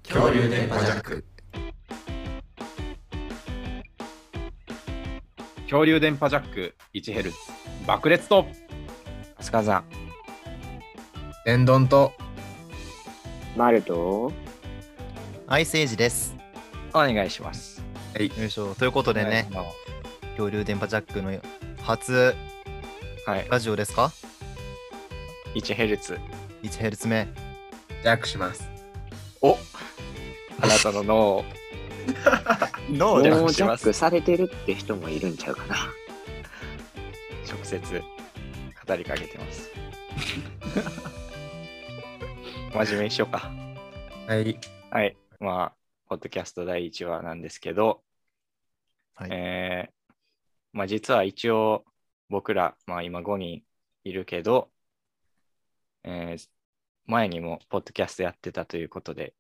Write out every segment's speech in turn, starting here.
恐竜電波ジャック。 恐竜電波ジャック 1Hz 爆裂とスカザ天丼とマルトアイスエイジです。 お願いします。 よいしょ。ということでね、恐竜電波ジャックの初はい。 ラジオですか 1Hz。 1Hz 目。 ジャックします。 お、あなたの脳をノジャッもうジャックします。 クされてるって人もいるんちゃうかな。 直接語りかけてます。真面目にしようか。 はい。 はい。まあ、ポッドキャスト第1話なんですけど、 はいまあ実は一応僕ら、まあ今5人いるけど、前にもポッドキャストやってたということで、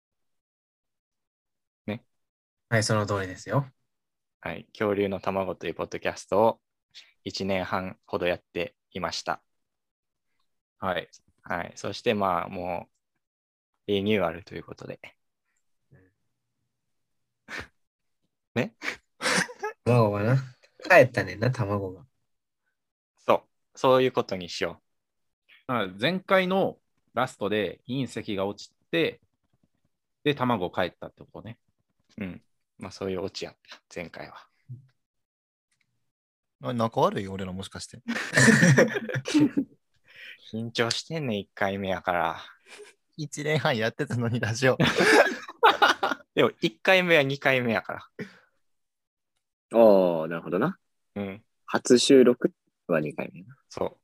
はい、その通りですよ。 はい、恐竜の卵というポッドキャストを1年半ほどやっていました。 はい。 はい、そしてまあもうリニューアルということで。ね卵がな。帰ったねんな、卵が。 そういうことにしよ前回のラストで隕石が落ちて、で、卵帰ったってことね。 う。うん。まあそういうオチやった、前回は。 仲悪いよ、俺らもしかして。 緊張してんねん、1回目やから。 1年半やってたのにラジオ。 でも1回目は2回目やから。 ああ、なるほどな。 うん。 初収録は2回目な。 そう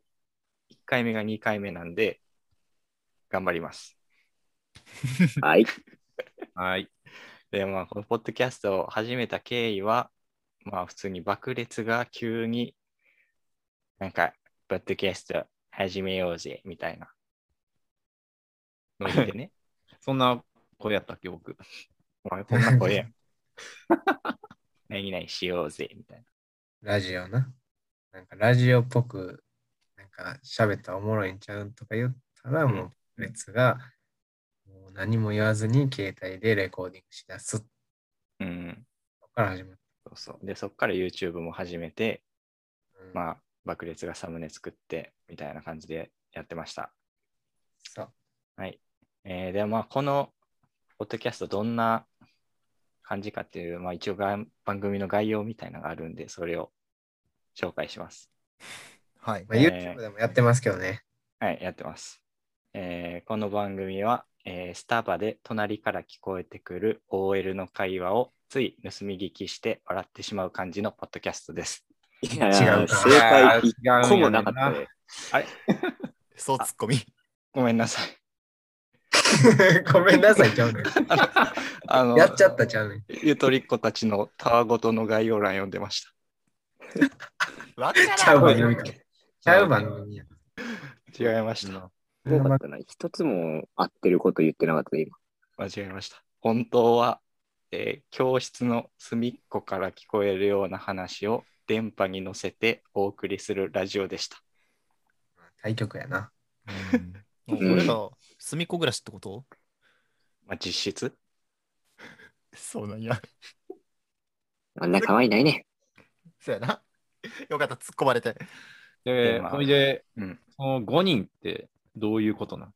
。1回目が2回目なんで、頑張ります。 はい。 はい。 で、まあ、このポッドキャストを始めた経緯は、まあ、普通に爆裂が急に、なんか、ポッドキャスト始めようぜ、みたいな。ノリでね。 そんな声やったっけ、僕。 お前、こんな声やん。何々しようぜ、みたいな。 ラジオな。なんかラジオっぽく、なんか喋ったらおもろいんちゃうんとか言ったら、もう列が、もう何も言わずに携帯でレコーディングしだす。 うん。 そこから始まる。 そうそう。で、そこから YouTube も始めて、 うん、 まあ、爆裂がサムネ作って、みたいな感じでやってました。 そう。 はい。で、まあ、このポッドキャストどんな感じかっていう、まあ、一応番組の概要みたいなのがあるんで、それを紹介します。 はい。 まあ、YouTube でもやってますけどね。 はい、やってます。この番組は、スタバで隣から聞こえてくる OL の会話をつい盗み聞きして笑ってしまう感じのポッドキャストです。 いや違うか正解1個もなかったね。 あれそうツッコミ。 ごめんなさい。 ごめんなさい、ちゃうねん。やっちゃったちゃうねん。 ゆとりっ子たちのたわごとの概要欄読んでました。 わからんちゃう番組か。ちゃう番組や。 違いました。 すごかったな。一つも合ってること言ってなかったね、今。 間違えました。本当は、教室の隅っこから聞こえるような話を電波に乗せてお送りするラジオでした。 対局やな。 俺ら、隅っこ暮らしってこと？ まあ、実質そうなんや。 あんな可愛いないね。 そうやな。よかった、突っ込まれて。 で、 まあそれで、 うん。 その5人ってどういうことなの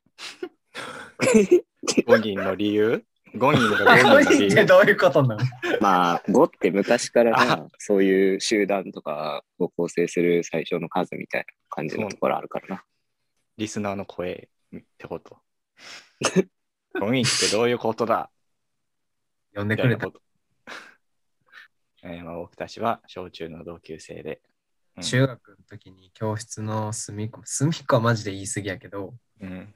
5人の理由 ?5 人が5人この理由れってどういうことなの？ まあ、5って昔からな、そういう集団とかを構成する最初の数みたいな感じのところあるからな。 リスナーの声ってこと。5人ってどういうことだ呼んでくれた。 みたいなこと。まあ、僕たちは小中の同級生で。うん中学の時に教室の隅っこはマジで言い過ぎやけど、 うん。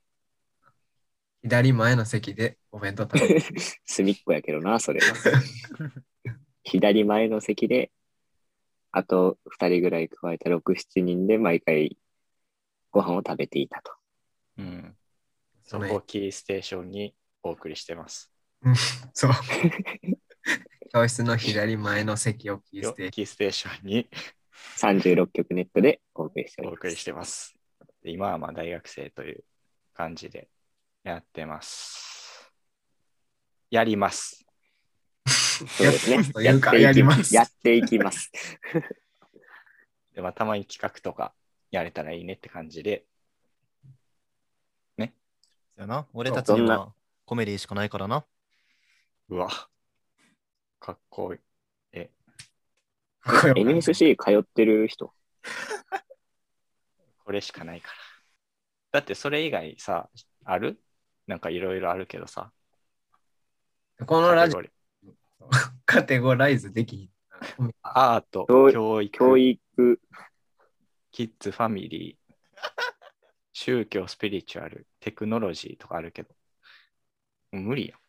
左前の席でお弁当食べて隅っこやけどな、それは。左前の席で、あと2人ぐらい加えた6、7人で毎回ご飯を食べていたと。 うん。そそのこをキーステーションにお送りしてます。 そう。教室の左前の席をキーステーシキーステーションに 36曲ネットでお送りしております。 お送りしてます。で今はまあ大学生という感じでやってます。 やります。 そうですね。 というか、やります。 やっていきます。 でまあ、たまに企画とかやれたらいいねって感じで。 そうやな。俺たちにはコメディしかないからな。 うわ、かっこいい。 NSC 通ってる人。 これしかないから。だってそれ以外さ、あるなんかいろいろあるけどさ。 このラジオカテゴリーカテゴライズできひん。 アート、教育、 教育、 キッズ、ファミリー、宗教、スピリチュアル、テクノロジーとかあるけど。もう無理やん。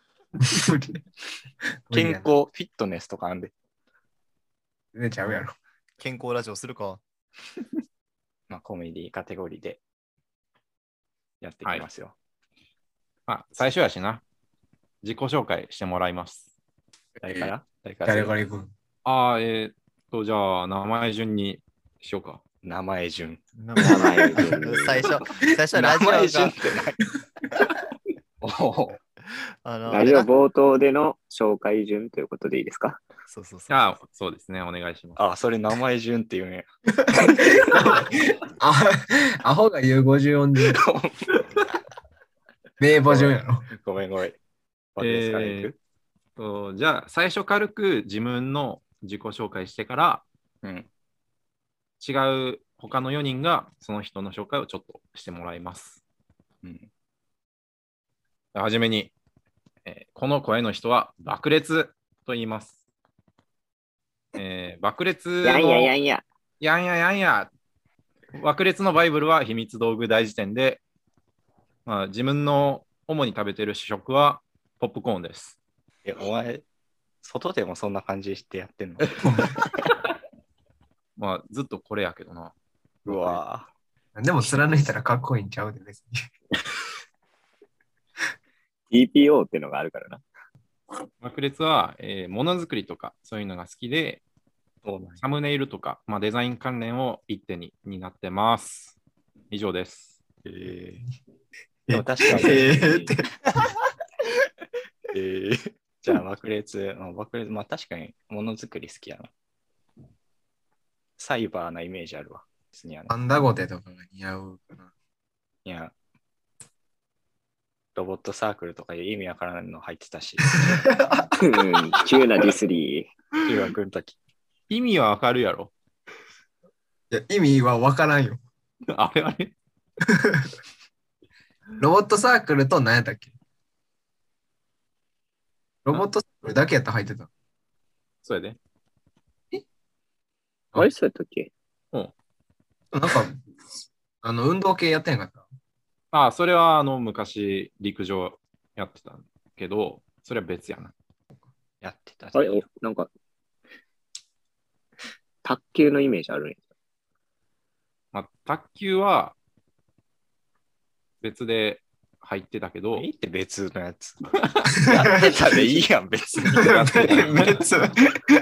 健康、フィットネスとかあんで。 全然ちゃうやろ。 健康ラジオするか。 まあ、コメディカテゴリーでやっていきますよ。 最初やしな。自己紹介してもらいます。 誰から誰から行くん？ じゃあ、名前順にしようか。 名前順。 名前最初はラジオ名前順っがてない。 ラジオ冒頭での紹介順ということでいいですか？ そうそうそう。 そうですね。お願いします。 あ、それ名前順って言うんや。 アホが言う50音順。名簿順やろ。 ごめん。バケツから行くじゃあ、最初軽く自分の自己紹介してから、違う他の4人がその人の紹介をちょっとしてもらいます。はじめに、この声の人は爆裂と言います。爆裂のやんや。 爆裂のバイブルは秘密道具大辞典で、自分の主に食べている主食はポップコーンです。 お前、外でもそんな感じしてやってんの？ ずっとこれやけどな。 うわでも貫いたらかっこいいんちゃうで別に。TPO ってのがあるからな。 爆裂は、ものづくりとかそういうのが好きで、サムネイルとか、デザイン関連を一手になってます。以上です。 でも確かに。じゃあ爆裂、確かにものづくり好きやな。サイバーなイメージあるわ。 パンダゴテとかが似合うかな。 いや、ロボットサークルとかいう意味わからないの入ってたし。 急なディスリー。 中学の時。 意味はわかるやろ。 いや、意味はわからんよ。 あれロボットサークルと何やったっけ？ロボットサークルだけやったら入ってた。 そうやで。 あれそうやったっけ？ なんか、運動系やってんかった？ それは昔陸上やってたけど、それは別やな。 やってた。 あれなんか、卓球のイメージあるね。 卓球は別で入ってたけど。 いいって別のやつ。やってたでいいやん、別に。 別。 確か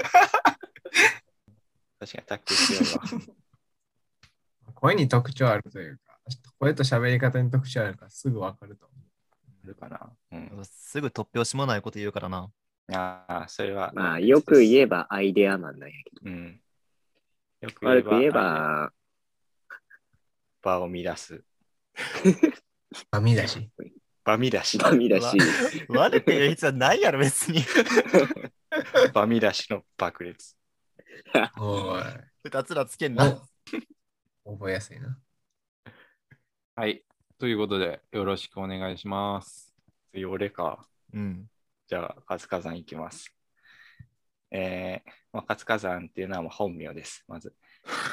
に卓球強いわ。 声に特徴あるというか、声と喋り方に特徴あるからすぐ分かると思う。 あるかな。 すぐ突拍子もないこと言うからな。 それは。 よく言えばアイデアマンなんやけど。 よく悪く言えば、 場を乱す。 バミだし。 バミだし。 悪く言う必要はないやろ、別に。 バミだしの爆裂。 おい。 二つらつけんな。 覚えやすいな。 はい。ということで、よろしくお願いします。 次、俺か。じゃあ、活火山いきます。活火山っていうのは本名です、まず。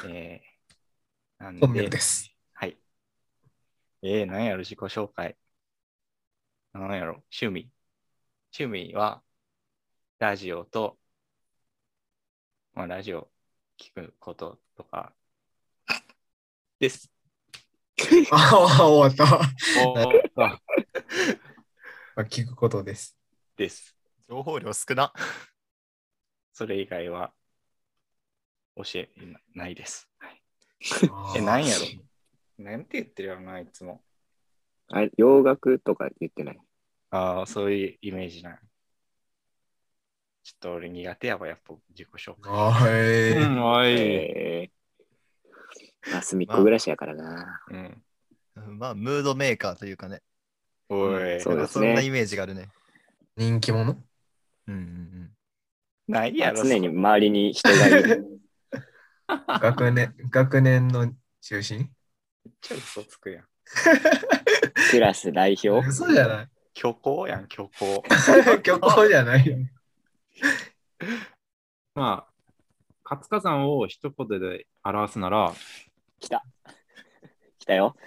本名です。 はい。何やろ、自己紹介。何やろ、趣味は、ラジオと、ラジオ聞くこととか、です。 終わった。 終聞くことです。 情報量少な。 それ以外は教えないです。何やろなんて言ってるやろな、いつも。 洋楽とか言ってない。 ああ、そういうイメージなん。ちょっと俺苦手やわ、やっぱ自己紹介。 おい。 おい。 まあ、隅っこ暮らしやからな。 うん。 まあ、ムードメーカーというかね。 おい、 そうですねなんかそんなイメージがあるね。 人気者うんうんまあないやろ、 常に周りに人がいる。 学年の中心めっちゃ嘘つくやん。 クラス代表。 嘘じゃない。 虚構やん、虚構。 虚構じゃないよ。 まあ、活火山を一言で表すなら、 来た。来たよ。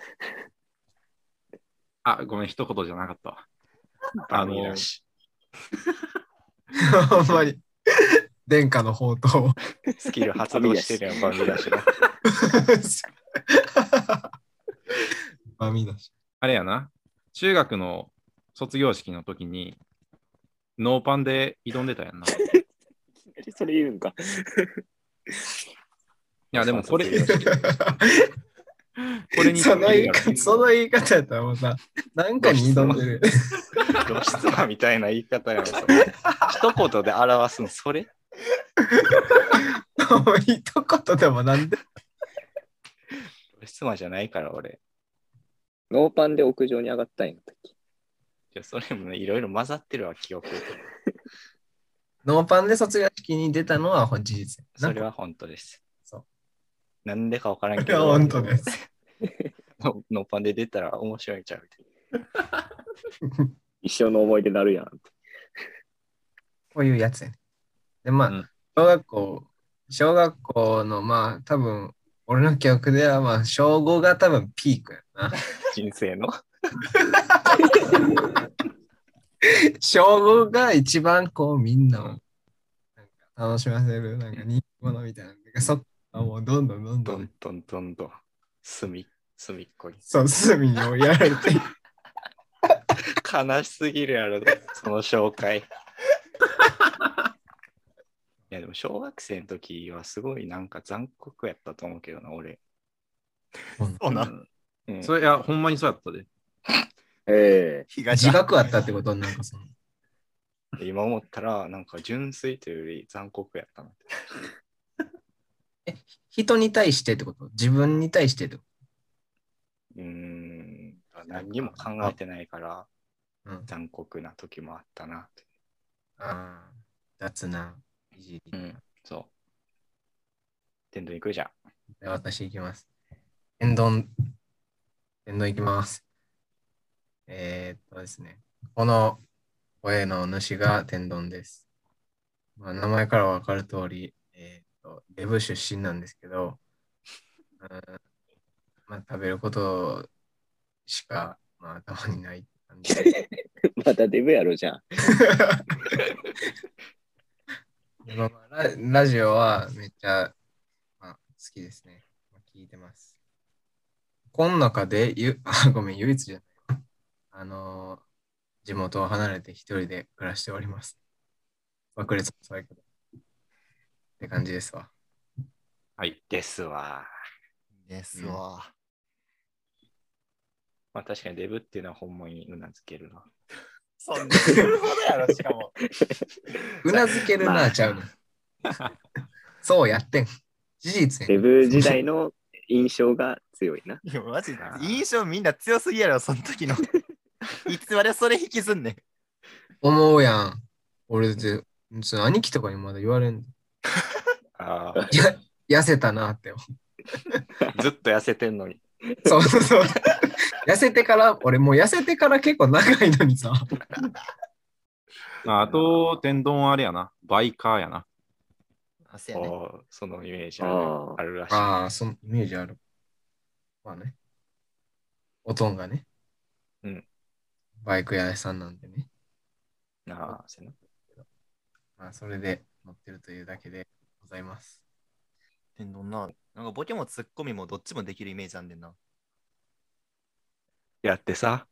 あ、ごめん、一言じゃなかった。 バミだし。 ほんまに。殿下の宝刀。 スキル発動してるやん、バミだしな。 バミだし。 あれやな、中学の卒業式の時に、ノーパンで挑んでたやんな。いそれ言うんか。 や、でもこれ、 卒業式これにその言い方やったらもうさ、なんかに挑んでる。 露出魔みたいな言い方やん。それ一言で表すの、それもう一言でもなんで。 露出魔じゃないから、俺。 ノーパンで屋上に上がったんやったっけ。 いや、それもね、いろいろ混ざってるわ、記憶。 ノーパンで卒業式に出たのは事実。 それは本当です。 そうなんでかわからんけいや、 ど、 本当です。 ノーパンで出たら面白いんちゃうみたいな。 一生の思い出になるやん。 こういうやつやね。で、まあ、 うん小学校の、まあ、多分、俺の記憶では、まあ、小5が多分ピークやな。 人生の。 小5が一番こう、みんなをなんか楽しませる、なんか人気者みたいな。そっからもうどんどんどんどん、 どんどんどんどん、隅っこに。 そう、隅に追いやられて、 悲しすぎるやろ、その紹介。いや、でも小学生の時はすごいなんか残酷やったと思うけどな、俺。 そうな。 うん、 それ、いや、ほんまにそうやったで。 東自覚あったってことなんかその、 今思ったら、なんか純粋というより残酷やったな。 人に対してってこと自分に対してってこ何にも考えてないからとうん。 残酷な時もあったなって。 ああ、雑な、いじり。 そう。天童行くじゃん。 で私行きます。天丼行きます。ですね。この声の主が天丼です。まあ、名前からわかる通り、デブ出身なんですけど、まあ、食べることしか、まあ、頭にない感じで。 またデブやろじゃん。 でまあラジオはめっちゃ、まあ、好きですね。まあ、聞いてます。この中でごめん、唯一じゃない。地元を離れて一人で暮らしております。爆裂もそうやけど。って感じですわ。 はい。 ですわ。 ですわ。 まあ確かにデブっていうのは本物にうなずけるな。 そんなるほどやろ、しかも。 うなずけるな、ちゃうの。そうやってん。事実やん。 デブ時代の印象が強いな。 いや、マジで。印象みんな強すぎやろ、その時の。いつまでそれ引きずんねん。 思うやん。俺で、兄貴とかにまだ言われん。 あ痩せたなって。 ずっと痩せてんのに。 そうそうそう。痩せてから、俺もう痩せてから結構長いのにさ。 あと、天丼はあれやな。バイカーやな。 あ、そうやね。 そのイメージああるらしい。 ああ、そのイメージある。まあね。おとんがね。 うん。 バイク屋さんなんでね。 ああ、そうやな。 まあ、それで乗ってるというだけでございます。 天丼な。なんかボケもツッコミもどっちもできるイメージあんねんな。 やってさ。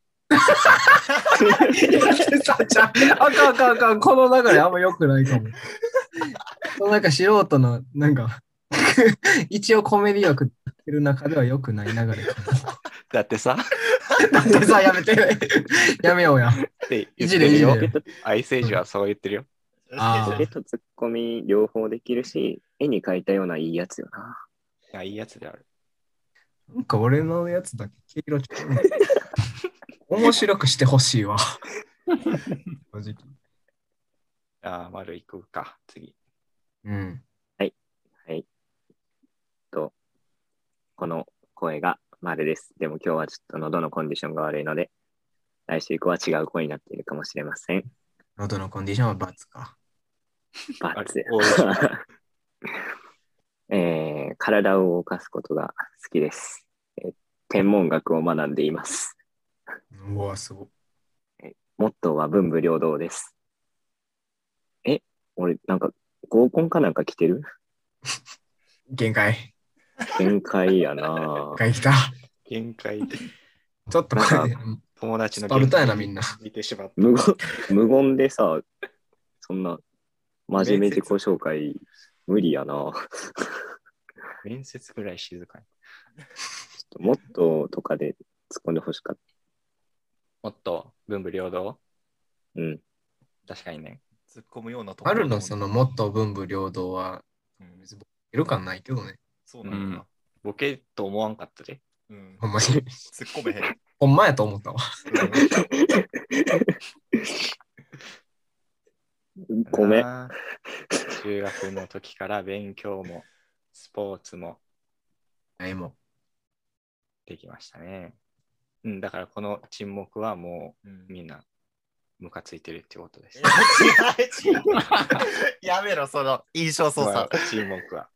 あかん。この流れあんま良くないかも。なんか素人の、なんか、一応コメディ枠ってる中では良くない流れかも。 だってさ。 だってさ、やめて。やめようや。 って言ってるよいじれいじれ。 アイスエイジはそう言ってるよ。 あーボケとツッコミ両方できるし、絵に描いたようないいやつよな。 いや、いいやつである。 なんか俺のやつだけ黄色ちゃうね。面白くしてほしいわ。正直。 丸いくか、次。 うん。 この声が丸です。でも今日はちょっと喉のコンディションが悪いので、来週以降は違う声になっているかもしれません。 喉のコンディションは×か。 バツ多い体を動かすことが好きです。天文学を学んでいます。 うわ、すごい。 モットーは文武両道です。俺なんか合コンかなんか来てる？ 限界。 限界やな。 限界来た。 限界でちょっとこれで、 友達のスパルタやなみんな見てしまった。 無言でさ、そんな真面目自己紹介無理やな。 面接ぐらい静かに。 モットーとかで突っ込んでほしかっもっと文武両道た。うん。 確かにね。 突っ込むようなところあるのそのもっと文武両道は、 うん別にいるかないけどね。 そうなんだな。 ボケと思わんかったで。 うん。 ほんまに。 突っ込めへん。 ほんまやと思ったわ。 ごめん。 なあ中学の時から勉強もスポーツもはい、もできましたね。だからこの沈黙はもうみんなムカついてるってことです。 違う違うやめろ、その印象操作。 沈黙は。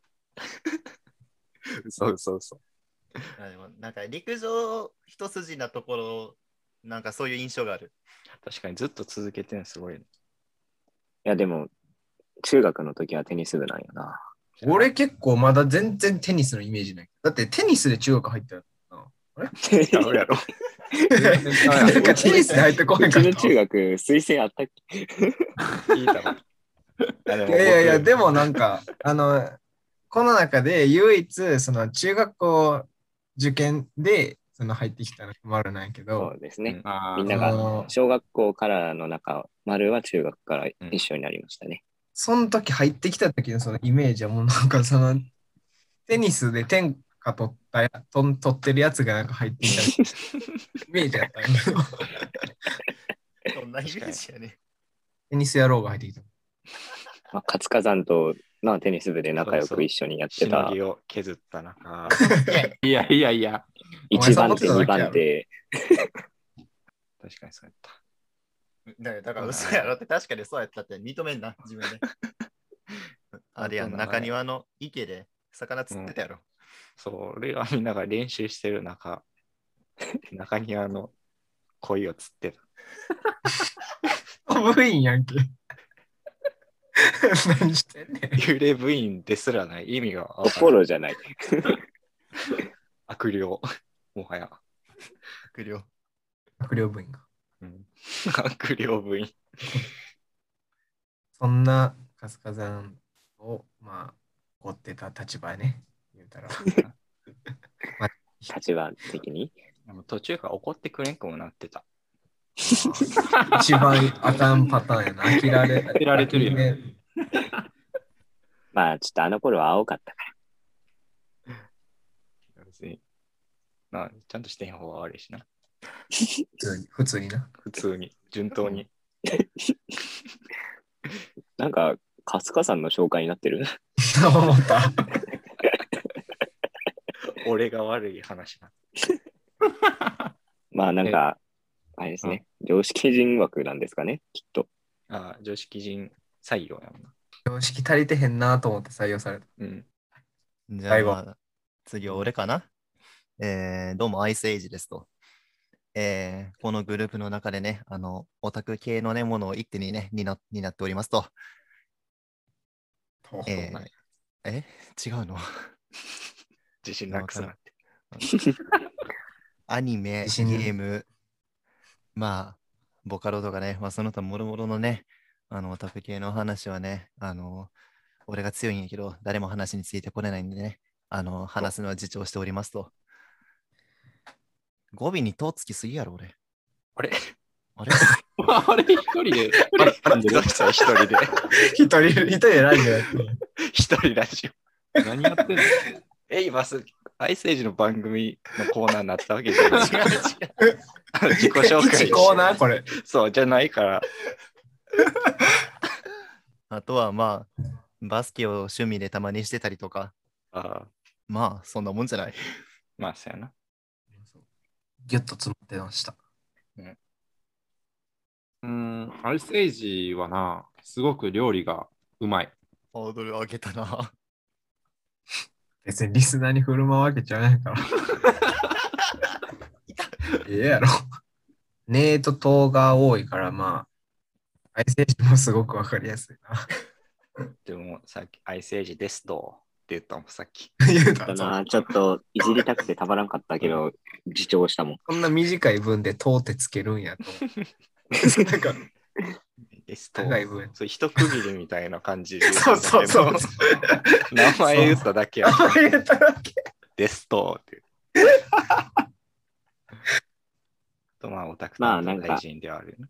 そうそうそでもなんか陸上一筋なところ、なんかそういう印象がある。 う。確かにずっと続けてるのすごいね。 いやでも、中学の時はテニス部なんやな。 う。俺結構まだ全然テニスのイメージない。だってテニスで中学入ったよな。 やろうやろ。 なんかテニスで入ってこへんかったうちの中学、推薦あったっけ？ 聞いたわ。 いやいや、でもなんか、この中で唯一、その中学校受験でその入ってきたのが丸なんやけそどう、ですね。 あーみんながその小学校からの中、丸は中学から一緒になりましたね。 その時入ってきた時のそのイメージはもうなんかそのテニスで天下取ってるやつがなんか入ってきたイメージやったんやけど、 そんなイメージやね。 テニス野郎が入ってきた。 まあ、活火山と、テニス部で仲良く一緒にやってたしのぎを削った中。 いやいやいや。 1番手、2 お前そんなことだけやろ番手、 確かにそうやった。 だから嘘やろって確かにそうやったって認めんな、自分で。あれやん、中庭の池で魚釣ってたやろ。 そう、俺はみんなが練習してる中庭の鯉を釣ってた。 部員やんけ。何してんねん。 幽霊部員ですらない意味がおフォローじゃない。 悪霊、もはや。 悪霊。 悪霊部員が。 悪霊部員。 そんな春日山を、まあ、怒ってた立場やね。言うたら。 立場的に。 でも途中から怒ってくれんくもなってた。 一番あかんパターンやな。飽きられてるよね。 まあ、ちょっとあの頃は青かったか別にちゃんとしてへん方が悪いしな。 普通にな。 普通に、順当に。 ら。なんか、春日さんの紹介になってる。 思った。 俺が悪い話な。 まあ、なんか、あれですね。常識人枠なんですかね、きっと。 ああ、常識人採用やもんな。 常識足りてへんなと思って採用された。 じゃあ、 最後まあ、次は俺かな。どうもアイスエイジですと。このグループの中でね、オタク系のね、ものを一手にね、担っておりますと。違うの自信なくすなって。 アニメ、 自信ゲーム、まあ、ボカロとかね、まあ、その他もろもろのね、オタク系の話はね、俺が強いんやけど、誰も話についてこれないんでね、話すのは自重しておりますと。語尾にとつきすぎやろ、俺。 あれあれあれ一人で、 あれ、どうした一人で。 一人でラジオやってる。 一人ラジオ。 何やってんの？ 今アイスエイジの番組のコーナーになったわけじゃない。 違う違う。 自己紹介一コーナーこれ。 そう、じゃないから。 あとはまあ、バスケを趣味でたまにしてたりとか、 ああ、 まあ、そんなもんじゃない。 まあ、そうやな。 ギュッと詰まってました。 アイスエイジはな、すごく料理がうまい。 ハードル上げたな。 別にリスナーに振る舞うわけじゃないから。ええやろ。ネーと糖が多いからまあ、アイスエイジもすごくわかりやすいな。 でも、さっき、アイスエイジですとって言ったもん、さっき。 言うただな、ちょっといじりたくてたまらんかったけど、自重したもん。 こんな短い文で糖ってつけるんやと思う。なんか、 ですと。 長い文。 そう、一区切りみたいな感じで言そうそうそう。 うんだけど名前言っただけや。 名前言っただけ。 ですとって。と、まあ、オタクまあなんかと大人ではあるよね。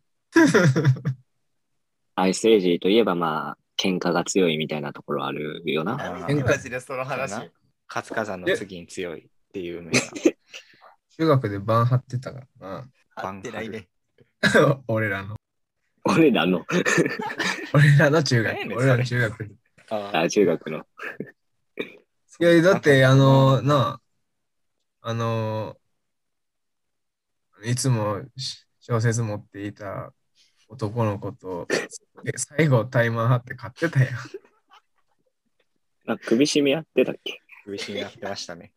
アイスエイジといえばまあ、喧嘩が強いみたいなところあるよな。 あ喧嘩マジでそのそうや話な。活火山の次に強いっていう名が。 中学でバン張ってたから合ってないね。 な。俺らの。 俺らの、 俺らの中学何や。ねん俺らの中学で。 あ、中学の。 いや、だって、いつも小説持っていた男の子と、最後タイマー張って買ってたやん。 なんか首絞めやってたっけ？ 首絞めやってましたね。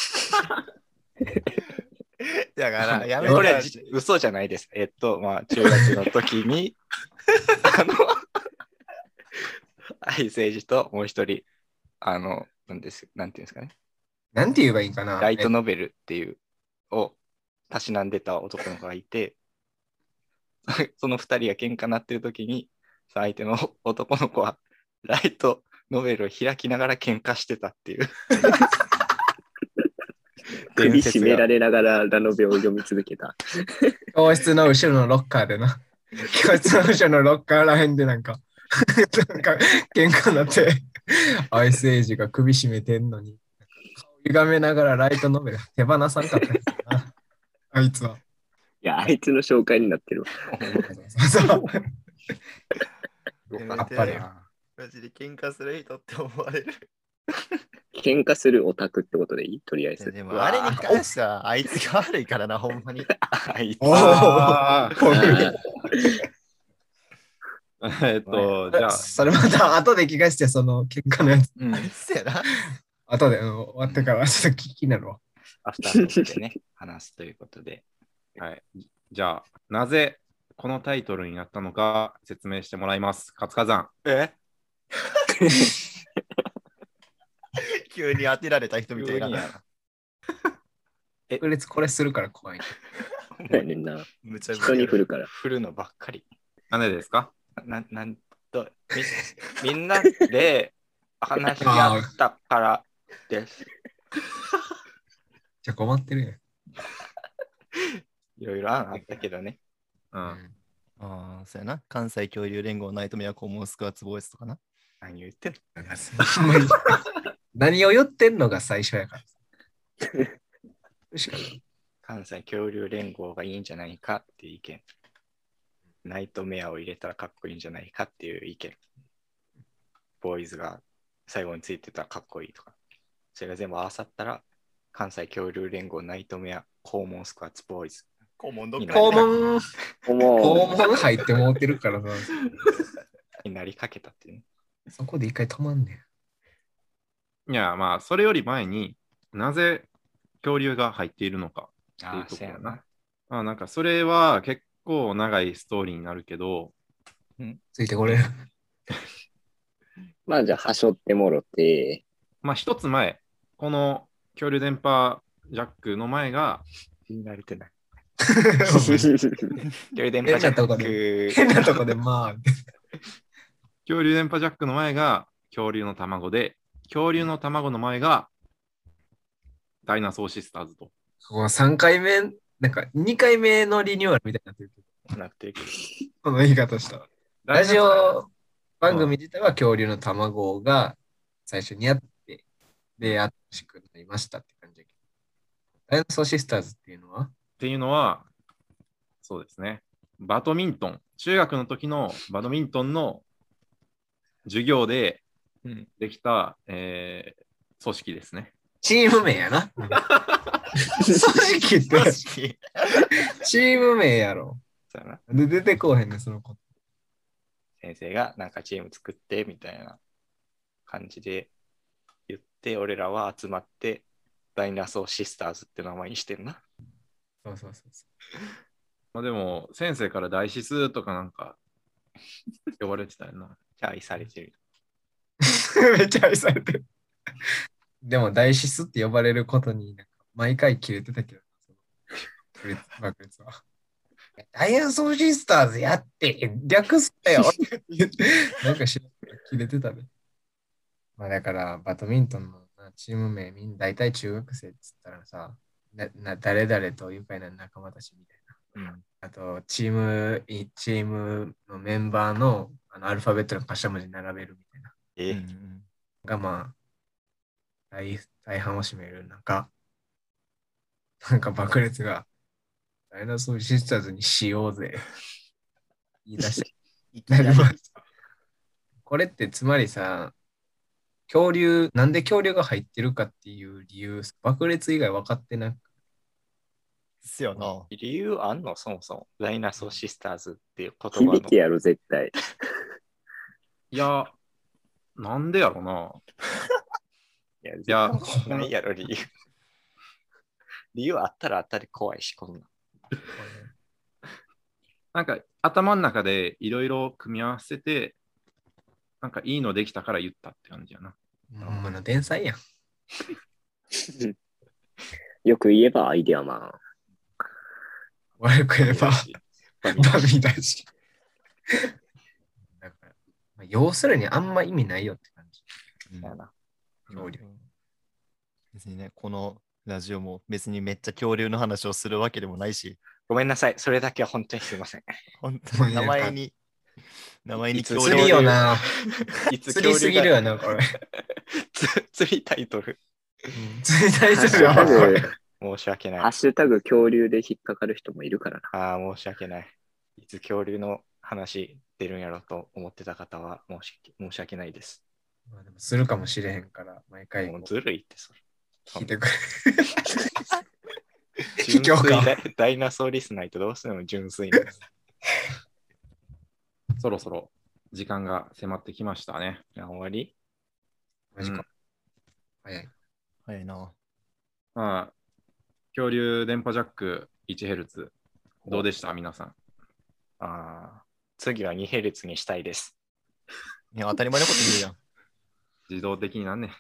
だから、やめこれはろよ。 嘘じゃないです。まあ、中学の時に、アイスエイジともう一人、なんていうんですかね。 なんて言えばいいんかな。 ライトノベルっていう、をたしなんでた男の子がいて、その二人が喧嘩なってる時に、相手の男の子はライトノベルを開きながら喧嘩してたっていう。 首絞められながらラノベを読み続けた。 教室の後ろのロッカーでな。教室の後ろのロッカーらへんでなんか喧嘩になって、アイスエイジが首絞めてんのに、顔歪めながらライトノベル手放さんかったんやな。あいつは。 いや、あいつの紹介になってるわ。 そうやめてやっぱりマジで喧嘩する人って思われる。 喧嘩するオタクってことでいい？とりあえず。 でも、あれに関しては、あいつが悪いからな、ほんまに。 あいつおーじゃあ、 それまた後で聞かせて、その結果のやつ。 うん、 そうやな。 後で、終わってからちょっと気になるわ。 アフタートークでね、話すということで。 はい。じゃあ、なぜこのタイトルになったのか説明してもらいます。活火山。 急に当てられた人みたいな。 これするから怖い。 そうやねんな。 むちゃ人に振るから。 振るのばっかり。 なんでですか？ なんとみんなで話し合ったからです。 じゃあ困ってるやん。 いろいろあったけどね。 うん。 ああ、そうやな。関西恐竜連合ナイトメアコモンスクワッツボーイスとかな。 何言ってんの？ 何を言ってんのが最初やから。 関西恐竜連合がいいんじゃないかっていう意見。ナイトメアを入れたらかっこいいんじゃないかっていう意見。ボーイズが最後についてたらかっこいいとか。それが全部合わさったら、関西恐竜連合ナイトメアコーモンスクワッツボーイズ。 肛門どっか肛門、 も肛門入ってもうてるからさ。 になりかけたっていうね。 そこで一回止まんねん。 いや、まあ、それより前になぜ恐竜が入っているのかっていうところだな。まあ、なんかそれは結構長いストーリーになるけど、 ついてこれる。 まあじゃあ、はしょってもろて、 まあ一つ前、この恐竜電波ジャックの前が、 気になれてない。 変恐竜電波ジャッ変ク。 なとこでまあ。 恐竜電波ジャックの前が恐竜の卵で、恐竜の卵の前がダイナソーシスターズと。 ここ3回目、なんか2回目のリニューアルみたいになってるけど。 なってるけど。 この言い方した。ラジオ番組自体は恐竜の卵が最初にやって、で、新しくなりましたって感じだけど。ダイナソーシスターズっていうのはっていうのは、そうですね。バドミントン、中学の時のバドミントンの授業でできた、組織ですね。 チーム名やな。組織ってチーム名やろ。 そうやな。 で、出てこうへんねん、そのこと。 先生がなんかチーム作ってみたいな感じで言って、俺らは集まってダイナソーシスターズって名前にしてるな。 そうそうそうそまあでも、先生から大指数とかなんか呼ばれてたよな。 じゃあ愛されてる。 う。めっちゃ愛されてる。でも、大シスって呼ばれることに、なんか毎回切れてたけど、その爆裂は。ダイナソーシスターズやって、略すなよなんか知らんけど切れてたね。まあだから、バドミントンのチーム名、みんな大体中学生っつったらさ、誰々と愉快な仲間たちみたいな。あと、チームのメンバーのアルファベットの頭文字並べるみたいな。がまあ、大半を占める中、なんか爆裂が、ダイナソーシスターズにしようぜ。言い出してなりました。これってつまりさ、なんで恐竜が入ってるかっていう理由、爆裂以外分かってなく。 ですよな。 理由あんのそもそも。ダイナソーシスターズっていう言葉の。 響きやろ、絶対。 いや、なんでやろな。 いや、 いやないやろ、理由。理由あったらあったり怖いし、こんな。 なんか頭の中でいろいろ組み合わせて、なんかいいのできたから言ったって感じやな。 ほんまの天才やん。 よく言えばアイデアマン。 悪く言えば、バミだし。だから、まあ、要するにあんま意味ないよって感じ。 やな。 恐竜。 別にね、このラジオも別にめっちゃ恐竜の話をするわけでもないし、 ごめんなさい。それだけは本当にすいません。 本当に名前に恐釣りよな。 いつ釣りすぎるよな、これ。 釣りタイトル。 釣りたいするよ。 申し訳ない。 ハッシュタグ恐竜で引っかかる人もいるからな。 ああ、申し訳ない。いつ恐竜の話出るんやろと思ってた方は申し訳ないです。 まあでもするかもしれへんから、毎回もうずるいってそれ。 聞いてくれ。 純今日か粋ダイナソーリスナイとどうしても純粋なんです。 そろそろ時間が迫ってきましたね。 終わりマジか。早い。 早いな。 まあ、恐竜電波ジャック 1Hz どうでした皆さん。 次は 2Hz にしたいです。 いや、当たり前のこと言うやん。 自動的になんね。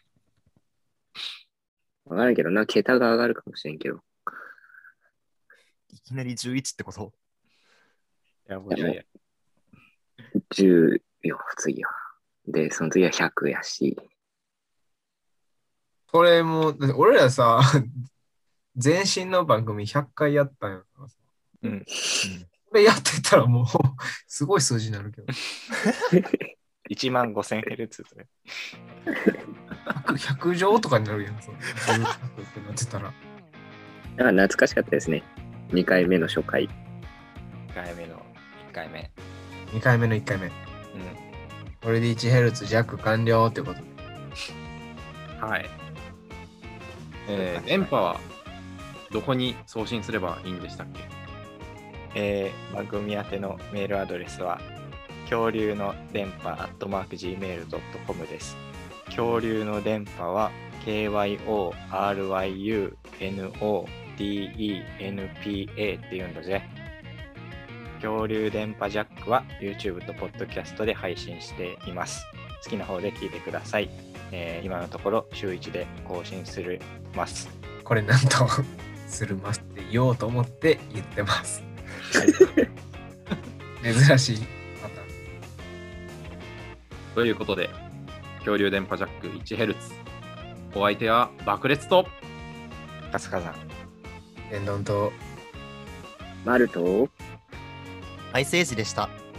わからんけどな、桁が上がるかもしれんけど。 いきなり11ってこと？ いや、もういやいや。 10よ、次は。で、その次は100やし。 これも、だって俺らさ、前身の番組100回やったんやからさ。 うん。 これやってたらもう、すごい数字になるけど。 15000Hz で。 100乗とかになるやん。そう10ってなってたら。 だから懐かしかったですね。2回目の初回。 1回目の1回目。 2回目の1回目。これで 1Hz 弱完了ってことで。 はい。電波はどこに送信すればいいんでしたっけ？ 番組宛てのメールアドレスは恐竜の電波 @gmail.com です。恐竜の電波は KYORYUNODENPA って言うんだぜ。恐竜電波ジャックは YouTube と Podcast で配信しています。好きな方で聞いてください。今のところ週1で更新するます。 これなんと、するますって言おうと思って言ってます。珍しいパターン。 ということで、恐竜電波ジャック 1Hz。お相手は爆裂とカスカさん。 天丼とマルトハイセージでした。